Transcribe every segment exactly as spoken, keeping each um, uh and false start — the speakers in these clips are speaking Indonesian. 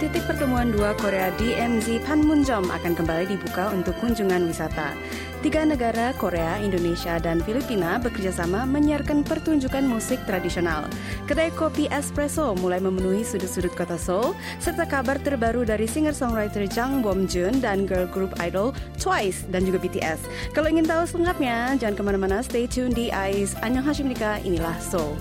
Titik pertemuan dua Korea D M Z Panmunjom akan kembali dibuka untuk kunjungan wisata. Tiga negara, Korea, Indonesia, dan Filipina bekerjasama menyiarkan pertunjukan musik tradisional. Kedai kopi espresso mulai memenuhi sudut-sudut kota Seoul, serta kabar terbaru dari singer-songwriter Jang Bom-jun dan girl group idol Twice dan juga B T S. Kalau ingin tahu selengkapnya, jangan kemana-mana, stay tune di Ais. Annyeonghaseyo, inilah Seoul.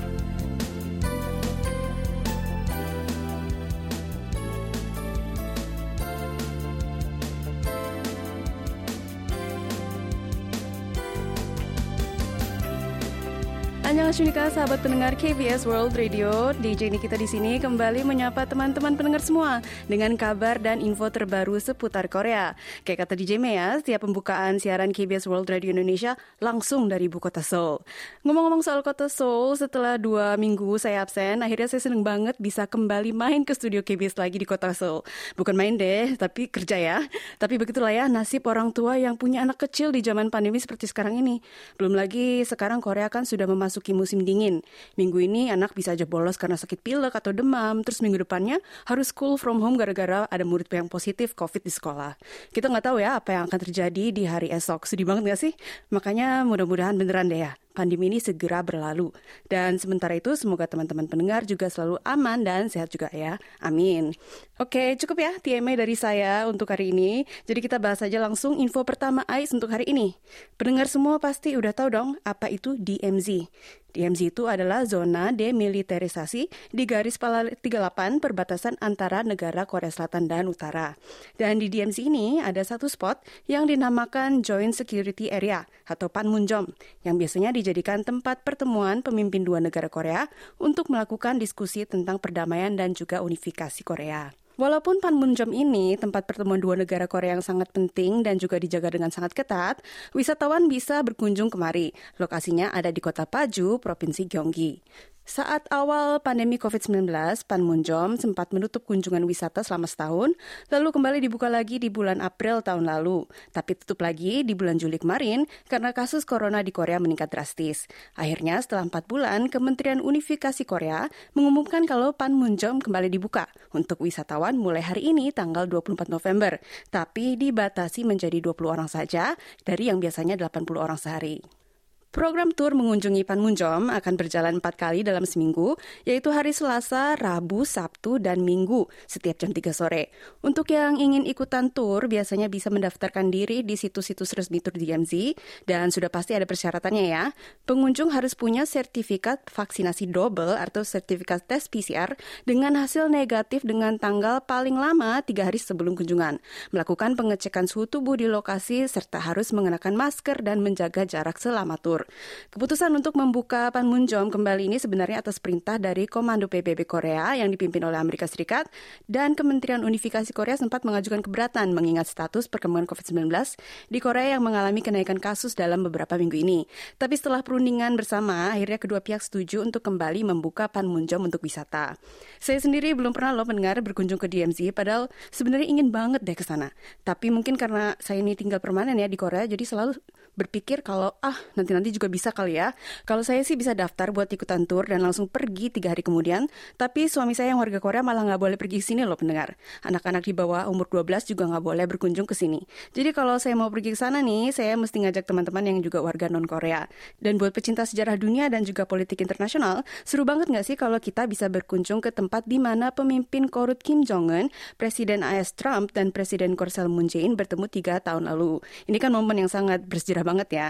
Annyeonghaseyo, sahabat pendengar K B S World Radio. D J Nikita di sini kembali menyapa teman-teman pendengar semua dengan kabar dan info terbaru seputar Korea. Kayak kata D J Mei ya, setiap pembukaan siaran K B S World Radio Indonesia langsung dari ibu kota Seoul. Ngomong-ngomong soal kota Seoul, setelah dua minggu saya absen, akhirnya saya seneng banget bisa kembali main ke studio K B S lagi di kota Seoul. Bukan main deh, tapi kerja ya. Tapi begitulah ya nasib orang tua yang punya anak kecil di zaman pandemi seperti sekarang ini. Belum lagi sekarang Korea kan sudah memasuki musim dingin. Minggu ini anak bisa aja bolos karena sakit pilek atau demam. Terus minggu depannya harus school from home gara-gara ada murid yang positif COVID di sekolah. Kita nggak tahu ya apa yang akan terjadi di hari esok. Sedih banget nggak sih? Makanya mudah-mudahan beneran deh ya pandemi ini segera berlalu. Dan sementara itu semoga teman-teman pendengar juga selalu aman dan sehat juga ya. Amin. Oke, cukup ya T M A dari saya untuk hari ini. Jadi kita bahas aja langsung info pertama A I S untuk hari ini. Pendengar semua pasti udah tahu dong apa itu D M Z. D M Z itu adalah zona demilitarisasi di garis pala tiga puluh delapan perbatasan antara negara Korea Selatan dan Utara. Dan di D M Z ini ada satu spot yang dinamakan Joint Security Area atau Panmunjom yang biasanya dijadikan tempat pertemuan pemimpin dua negara Korea untuk melakukan diskusi tentang perdamaian dan juga unifikasi Korea. Walaupun Panmunjom ini tempat pertemuan dua negara Korea yang sangat penting dan juga dijaga dengan sangat ketat, wisatawan bisa berkunjung kemari. Lokasinya ada di kota Paju, Provinsi Gyeonggi. Saat awal pandemi covid sembilan belas, Panmunjom sempat menutup kunjungan wisata selama setahun, lalu kembali dibuka lagi di bulan April tahun lalu. Tapi tutup lagi di bulan Juli kemarin karena kasus corona di Korea meningkat drastis. Akhirnya setelah empat bulan, Kementerian Unifikasi Korea mengumumkan kalau Panmunjom kembali dibuka untuk wisatawan mulai hari ini tanggal dua puluh empat November. Tapi dibatasi menjadi dua puluh orang saja dari yang biasanya delapan puluh orang sehari. Program tur mengunjungi Panmunjom akan berjalan empat kali dalam seminggu, yaitu hari Selasa, Rabu, Sabtu, dan Minggu setiap jam tiga sore. Untuk yang ingin ikutan tur, biasanya bisa mendaftarkan diri di situs-situs resmi tur D M Z, dan sudah pasti ada persyaratannya ya. Pengunjung harus punya sertifikat vaksinasi double atau sertifikat tes P C R dengan hasil negatif dengan tanggal paling lama tiga hari sebelum kunjungan. Melakukan pengecekan suhu tubuh di lokasi, serta harus mengenakan masker dan menjaga jarak selama tur. Keputusan untuk membuka Panmunjom kembali ini sebenarnya atas perintah dari Komando P B B Korea yang dipimpin oleh Amerika Serikat, dan Kementerian Unifikasi Korea sempat mengajukan keberatan mengingat status perkembangan covid sembilan belas di Korea yang mengalami kenaikan kasus dalam beberapa minggu ini. Tapi setelah perundingan bersama, akhirnya kedua pihak setuju untuk kembali membuka Panmunjom untuk wisata. Saya sendiri belum pernah loh mendengar berkunjung ke D M Z, padahal sebenarnya ingin banget deh ke sana. Tapi mungkin karena saya ini tinggal permanen ya di Korea, jadi selalu berpikir kalau ah nanti-nanti juga bisa kali ya. Kalau saya sih bisa daftar buat ikutan tur dan langsung pergi tiga hari kemudian. Tapi suami saya yang warga Korea malah nggak boleh pergi ke sini loh pendengar. Anak-anak di bawah umur dua belas juga nggak boleh berkunjung ke sini. Jadi kalau saya mau pergi ke sana nih, saya mesti ngajak teman-teman yang juga warga non-Korea. Dan buat pecinta sejarah dunia dan juga politik internasional, seru banget nggak sih kalau kita bisa berkunjung ke tempat di mana pemimpin korut Kim Jong-un, Presiden A S Trump, dan Presiden Korsel Moon Jae-in bertemu tiga tahun lalu. Ini kan momen yang sangat bersejarah banget ya.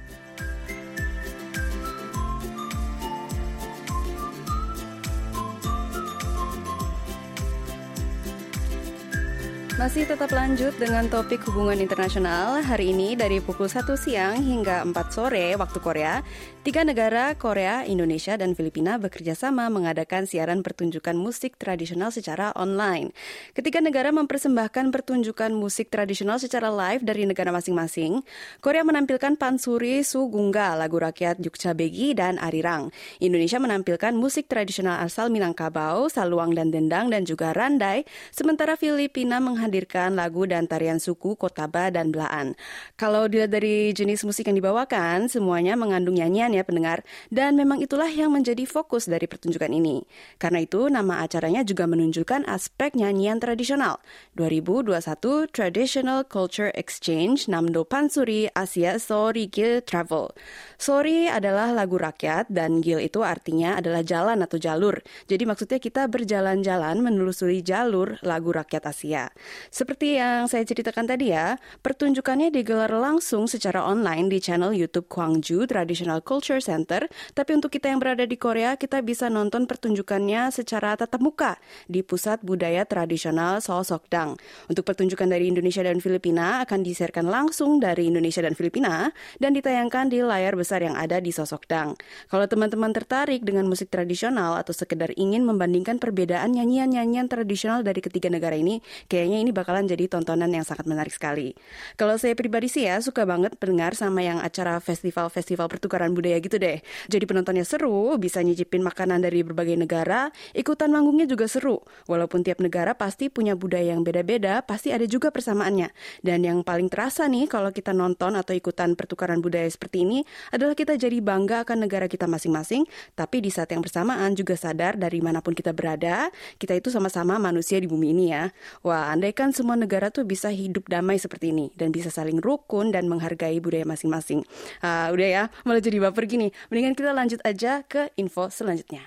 Masih tetap lanjut dengan topik hubungan internasional. Hari ini dari pukul satu siang hingga empat sore waktu Korea, tiga negara Korea, Indonesia, dan Filipina bekerja sama mengadakan siaran pertunjukan musik tradisional secara online. Ketiga negara mempersembahkan pertunjukan musik tradisional secara live dari negara masing-masing. Korea menampilkan Pansuri Sugungga, lagu rakyat Yukcha-begi, dan Arirang. Indonesia menampilkan musik tradisional asal Minangkabau, Saluang dan Dendang, dan juga Randai. Sementara Filipina menghadirkan menghadirkan lagu dan tarian suku Kotaba dan Belaan. Kalau dilihat dari jenis musik yang dibawakan, semuanya mengandung nyanyian ya pendengar, dan memang itulah yang menjadi fokus dari pertunjukan ini. Karena itu, nama acaranya juga menunjukkan aspek nyanyian tradisional. dua ribu dua puluh satu Traditional Culture Exchange Namdo Pansuri Asia Sori Gil Travel. Sori adalah lagu rakyat dan Gil itu artinya adalah jalan atau jalur. Jadi maksudnya kita berjalan-jalan menelusuri jalur lagu rakyat Asia. Seperti yang saya ceritakan tadi ya, pertunjukannya digelar langsung secara online di channel YouTube Gwangju Traditional Culture Center. Tapi untuk kita yang berada di Korea, kita bisa nonton pertunjukannya secara tatap muka di Pusat Budaya Tradisional Seosokdang. Untuk pertunjukan dari Indonesia dan Filipina akan disiarkan langsung dari Indonesia dan Filipina dan ditayangkan di layar besar yang ada di Seosokdang. Kalau teman-teman tertarik dengan musik tradisional atau sekedar ingin membandingkan perbedaan nyanyian-nyanyian tradisional dari ketiga negara ini, kayaknya ini bakalan jadi tontonan yang sangat menarik sekali. Kalau saya pribadi sih ya, suka banget pendengar sama yang acara festival-festival pertukaran budaya gitu deh. Jadi penontonnya seru, bisa nyicipin makanan dari berbagai negara, ikutan manggungnya juga seru. Walaupun tiap negara pasti punya budaya yang beda-beda, pasti ada juga persamaannya. Dan yang paling terasa nih kalau kita nonton atau ikutan pertukaran budaya seperti ini, adalah kita jadi bangga akan negara kita masing-masing, tapi di saat yang bersamaan juga sadar dari manapun kita berada, kita itu sama-sama manusia di bumi ini ya. Wah, andaikan semua negara tuh bisa hidup damai seperti ini dan bisa saling rukun dan menghargai budaya masing-masing. Ah, udah ya, malah jadi baper gini. Mendingan kita lanjut aja ke info selanjutnya.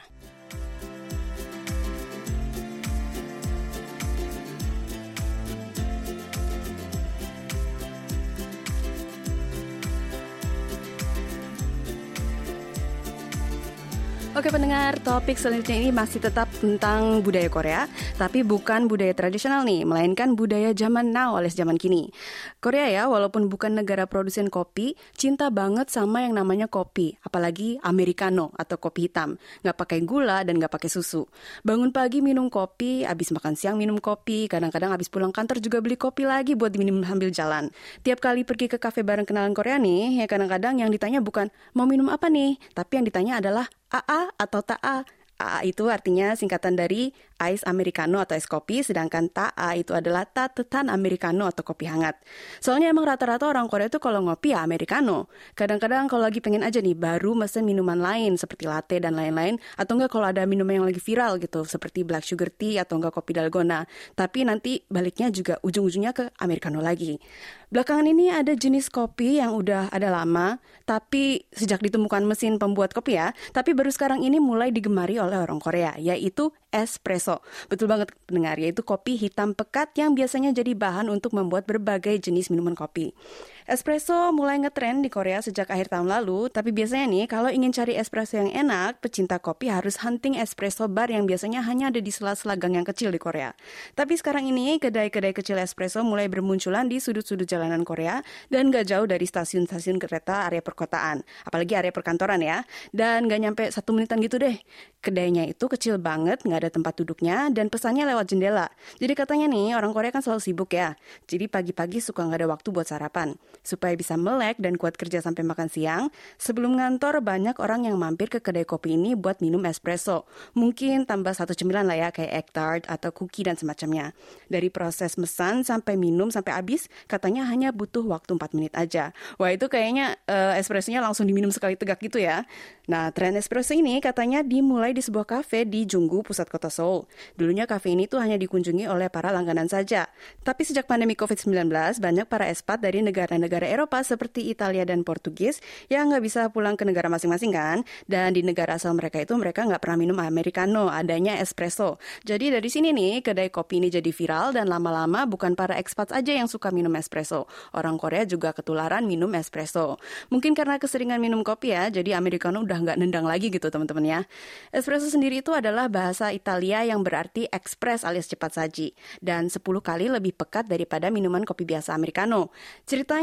Oke pendengar, topik selanjutnya ini masih tetap tentang budaya Korea, tapi bukan budaya tradisional nih, melainkan budaya zaman now alias zaman kini. Korea ya, walaupun bukan negara produsen kopi, cinta banget sama yang namanya kopi, apalagi Americano atau kopi hitam. Nggak pakai gula dan nggak pakai susu. Bangun pagi minum kopi, abis makan siang minum kopi, kadang-kadang abis pulang kantor juga beli kopi lagi buat diminum sambil jalan. Tiap kali pergi ke kafe bareng kenalan Korea nih, ya kadang-kadang yang ditanya bukan mau minum apa nih, tapi yang ditanya adalah A A atau T A. A A itu artinya singkatan dari Ice Americano atau es kopi, sedangkan T A itu adalah Tatetan Americano atau kopi hangat. Soalnya emang rata-rata orang Korea itu kalau ngopi ya Americano. Kadang-kadang kalau lagi pengen aja nih baru mesen minuman lain seperti latte dan lain-lain, atau enggak kalau ada minuman yang lagi viral gitu seperti black sugar tea atau enggak kopi dalgona. Tapi nanti baliknya juga ujung-ujungnya ke Americano lagi. Belakangan ini ada jenis kopi yang udah ada lama, tapi sejak ditemukan mesin pembuat kopi ya, tapi baru sekarang ini mulai digemari oleh orang Korea, yaitu espresso. Betul banget pendengar, yaitu kopi hitam pekat yang biasanya jadi bahan untuk membuat berbagai jenis minuman kopi. Espresso mulai ngetren di Korea sejak akhir tahun lalu, tapi biasanya nih kalau ingin cari espresso yang enak, pecinta kopi harus hunting espresso bar yang biasanya hanya ada di sela-sela gang yang kecil di Korea. Tapi sekarang ini kedai-kedai kecil espresso mulai bermunculan di sudut-sudut jalanan Korea dan gak jauh dari stasiun-stasiun kereta area perkotaan, apalagi area perkantoran ya. Dan gak nyampe satu menitan gitu deh. Kedainya itu kecil banget, gak ada tempat duduknya, dan pesannya lewat jendela. Jadi katanya nih, orang Korea kan selalu sibuk ya. Jadi pagi-pagi suka gak ada waktu buat sarapan. Supaya bisa melek dan kuat kerja sampai makan siang, sebelum ngantor banyak orang yang mampir ke kedai kopi ini buat minum espresso. Mungkin tambah satu cemilan lah ya, kayak egg tart atau cookie dan semacamnya. Dari proses mesan sampai minum sampai habis, katanya hanya butuh waktu empat menit aja. Wah itu kayaknya uh, espressonya langsung diminum sekali tegak gitu ya. Nah, tren espresso ini katanya dimulai di sebuah kafe di Junggu, pusat kota Seoul. Dulunya kafe ini tuh hanya dikunjungi oleh para langganan saja. Tapi sejak pandemi covid sembilan belas, banyak para expat dari negara-negara Eropa seperti Italia dan Portugis yang nggak bisa pulang ke negara masing-masing kan. Dan di negara asal mereka itu mereka nggak pernah minum Americano, adanya espresso. Jadi dari sini nih, kedai kopi ini jadi viral dan lama-lama bukan para expat aja yang suka minum espresso. Orang Korea juga ketularan minum espresso. Mungkin karena keseringan minum kopi ya, jadi Americano udah nggak nendang lagi gitu teman-teman ya. Espresso sendiri itu adalah bahasa Italia yang berarti ekspres alias cepat saji dan sepuluh kali lebih pekat daripada minuman kopi biasa Americano. Ceritanya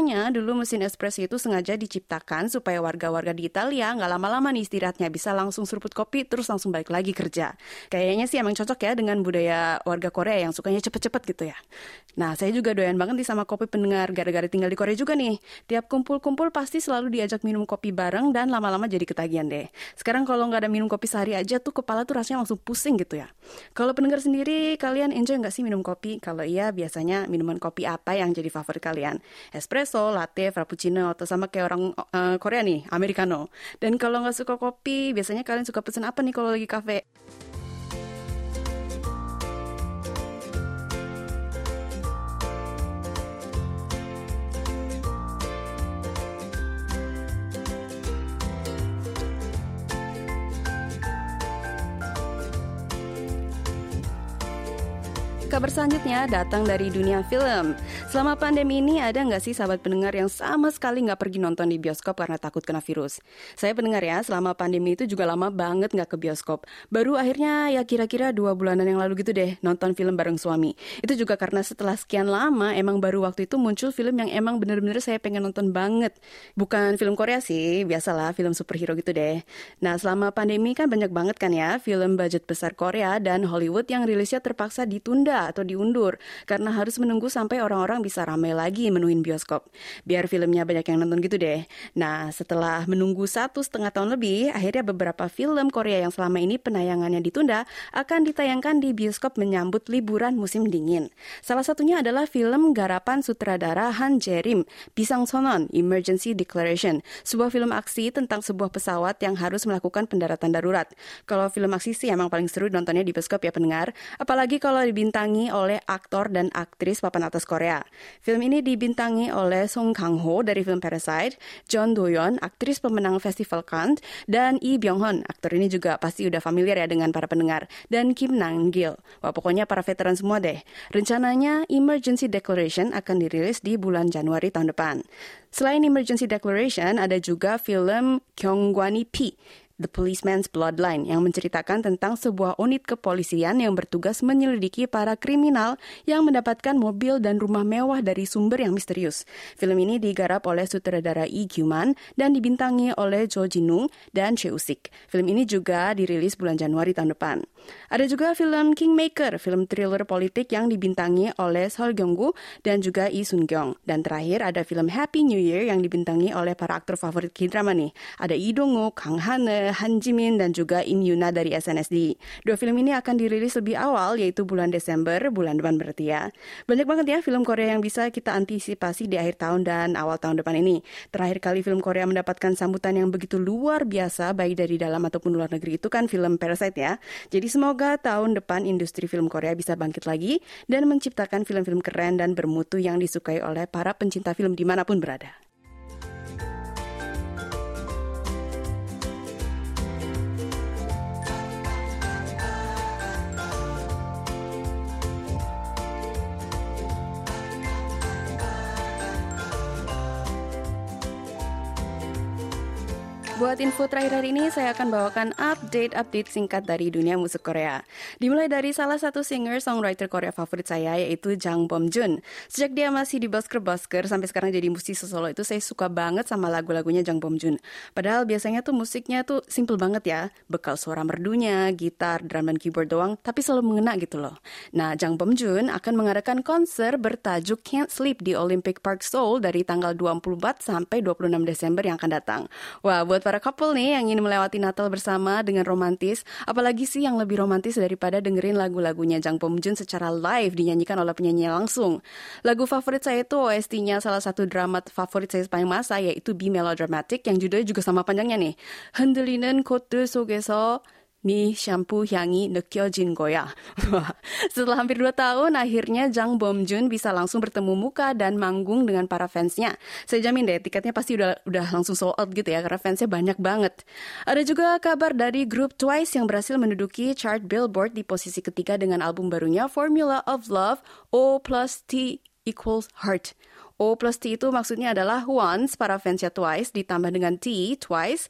Katanya dulu mesin espresso itu sengaja diciptakan supaya warga-warga di Italia nggak lama-lama nih istirahatnya, bisa langsung seruput kopi terus langsung balik lagi kerja. Kayaknya sih emang cocok ya dengan budaya warga Korea yang sukanya cepet-cepet gitu ya. Nah, saya juga doyan banget nih sama kopi pendengar, gara-gara tinggal di Korea juga nih. Tiap kumpul-kumpul pasti selalu diajak minum kopi bareng dan lama-lama jadi ketagihan deh. Sekarang kalau nggak ada minum kopi sehari aja tuh kepala tuh rasanya langsung pusing gitu ya. Kalau pendengar sendiri, kalian enjoy nggak sih minum kopi? Kalau iya, biasanya minuman kopi apa yang jadi favorit kalian? Espresso, latte, frappuccino, atau sama kayak orang uh, Korea nih, americano. Dan kalau nggak suka kopi, biasanya kalian suka pesen apa nih kalau lagi kafe? Kabar selanjutnya datang dari dunia film. Selama pandemi ini ada nggak sih sahabat pendengar yang sama sekali nggak pergi nonton di bioskop karena takut kena virus? Saya pendengar ya, selama pandemi itu juga lama banget nggak ke bioskop. Baru akhirnya ya kira-kira dua bulanan yang lalu gitu deh nonton film bareng suami. Itu juga karena setelah sekian lama emang baru waktu itu muncul film yang emang bener-bener saya pengen nonton banget. Bukan film Korea sih, biasalah film superhero gitu deh. Nah, selama pandemi kan banyak banget kan ya film budget besar Korea dan Hollywood yang rilisnya terpaksa ditunda atau diundur karena harus menunggu sampai orang-orang bisa ramai lagi menuin bioskop. Biar filmnya banyak yang nonton gitu deh. Nah, setelah menunggu satu setengah tahun lebih, akhirnya beberapa film Korea yang selama ini penayangannya ditunda akan ditayangkan di bioskop menyambut liburan musim dingin. Salah satunya adalah film garapan sutradara Han Jae-rim, Bisang Sonon, Emergency Declaration, sebuah film aksi tentang sebuah pesawat yang harus melakukan pendaratan darurat. Kalau film aksi sih emang paling seru nontonnya di bioskop ya pendengar, apalagi kalau dibintang oleh aktor dan aktris papan atas Korea. Film ini dibintangi oleh Song Kang-ho dari film Parasite, John Do-yeon, aktris pemenang Festival Cannes, dan Lee Byung-hun. Aktor ini juga pasti udah familiar ya dengan para pendengar, dan Kim Nam-gil. Wah, pokoknya para veteran semua deh. Rencananya Emergency Declaration akan dirilis di bulan Januari tahun depan. Selain Emergency Declaration, ada juga film Gyeonggwani P, The Policeman's Bloodline, yang menceritakan tentang sebuah unit kepolisian yang bertugas menyelidiki para kriminal yang mendapatkan mobil dan rumah mewah dari sumber yang misterius. Film ini digarap oleh sutradara Lee Gyu-man dan dibintangi oleh Jo Jin-woong dan Choi Woo-sik. Film ini juga dirilis bulan Januari tahun depan. Ada juga film Kingmaker, film thriller politik yang dibintangi oleh Sol Gyeong-gu dan juga Lee Sun-kyung. Dan terakhir ada film Happy New Year yang dibintangi oleh para aktor favorit K-drama nih. Ada Lee Dong-wook, Kang Han-eun, Han Ji-min, dan juga Im Yuna dari S N S D. Dua film ini akan dirilis lebih awal, yaitu bulan Desember, bulan depan berarti ya. Banyak banget ya film Korea yang bisa kita antisipasi di akhir tahun dan awal tahun depan ini. Terakhir kali film Korea mendapatkan sambutan yang begitu luar biasa, baik dari dalam ataupun luar negeri, itu kan film Parasite ya. Jadi semoga tahun depan industri film Korea bisa bangkit lagi dan menciptakan film-film keren dan bermutu yang disukai oleh para pencinta film dimanapun berada. Buat info terakhir hari ini, saya akan bawakan update-update singkat dari dunia musik Korea. Dimulai dari salah satu singer-songwriter Korea favorit saya, yaitu Jang Bom-jun. Sejak dia masih di Busker-Busker, sampai sekarang jadi musisi solo itu, saya suka banget sama lagu-lagunya Jang Bom-jun. Padahal biasanya tuh musiknya tuh simple banget ya. Bekal suara merdunya, gitar, drum, dan keyboard doang, tapi selalu mengena gitu loh. Nah, Jang Bom-jun akan mengadakan konser bertajuk Can't Sleep di Olympic Park Seoul dari tanggal dua puluh empat sampai dua puluh enam Desember yang akan datang. Wah, buat para couple nih yang ingin melewati Natal bersama dengan romantis, apalagi sih yang lebih romantis daripada dengerin lagu-lagunya Jang Bom-jun secara live dinyanyikan oleh penyanyi langsung. Lagu favorit saya itu O S T-nya salah satu drama favorit saya sepanjang masa, yaitu Be Melodramatic, yang judulnya juga sama panjangnya nih. 흔들리는 꽃들 속에서 네 샴푸 향이 느껴진 거야. Setelah hampir dua tahun, akhirnya Jang Bom-jun bisa langsung bertemu muka dan manggung dengan para fansnya. Saya jamin deh, tiketnya pasti udah udah langsung sold out gitu ya, karena fansnya banyak banget. Ada juga kabar dari grup Twice yang berhasil menduduki chart Billboard di posisi ketiga dengan album barunya Formula of Love, O plus T equals Heart. O plus T itu maksudnya adalah once para fansnya Twice ditambah dengan T, Twice,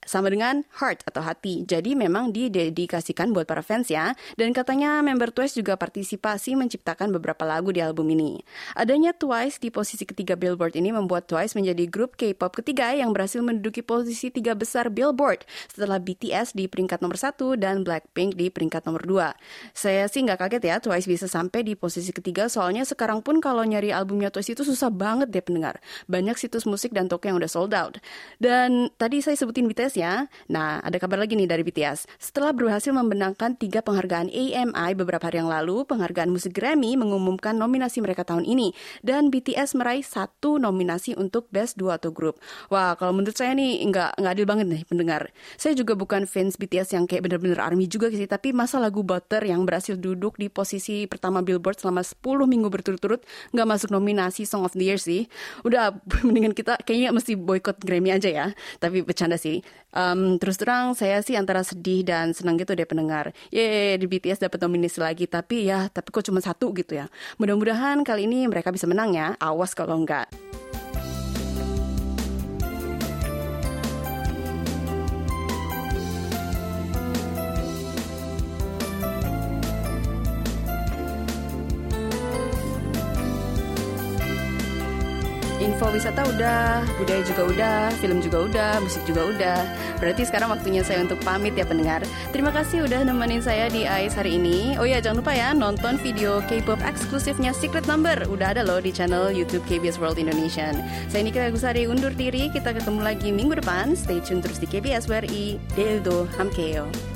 sama dengan heart atau hati. Jadi memang didedikasikan buat para fans ya. Dan katanya member Twice juga partisipasi menciptakan beberapa lagu di album ini. Adanya Twice di posisi ketiga Billboard ini membuat Twice menjadi grup K-pop ketiga yang berhasil menduduki posisi tiga besar Billboard setelah B T S di peringkat nomor satu dan Blackpink di peringkat nomor dua. Saya sih nggak kaget ya Twice bisa sampai di posisi ketiga, soalnya sekarang pun kalau nyari albumnya Twice itu susah banget deh pendengar. Banyak situs musik dan toko yang udah sold out. Dan tadi saya sebutin B T S ya. Nah, ada kabar lagi nih dari B T S. Setelah berhasil memenangkan tiga penghargaan A M I beberapa hari yang lalu, penghargaan musik Grammy mengumumkan nominasi mereka tahun ini. Dan B T S meraih satu nominasi untuk Best Duo atau Group. Wah, kalau menurut saya nih nggak, nggak adil banget nih pendengar. Saya juga bukan fans B T S yang kayak bener-bener ARMY juga sih. Tapi masa lagu Butter yang berhasil duduk di posisi pertama Billboard selama sepuluh minggu berturut-turut nggak masuk nominasi Song of the Year sih. Udah, mendingan kita kayaknya mesti boykot Grammy aja ya. Tapi bercanda sih. Um, terus terang saya sih antara sedih dan senang gitu deh pendengar. Yeay, di B T S dapat nominasi lagi, tapi ya tapi kok cuma satu gitu ya. Mudah-mudahan kali ini mereka bisa menang ya. Awas kalau enggak. Info wisata udah, budaya juga udah, film juga udah, musik juga udah. Berarti sekarang waktunya saya untuk pamit ya pendengar. Terima kasih udah nemenin saya di A I S hari ini. Oh ya, jangan lupa ya nonton video K-pop eksklusifnya Secret Number. Udah ada loh di channel YouTube K B S World Indonesia. Saya Nika Gusari undur diri. Kita ketemu lagi minggu depan. Stay tune terus di K B S W R I. Deldo Hamkeo.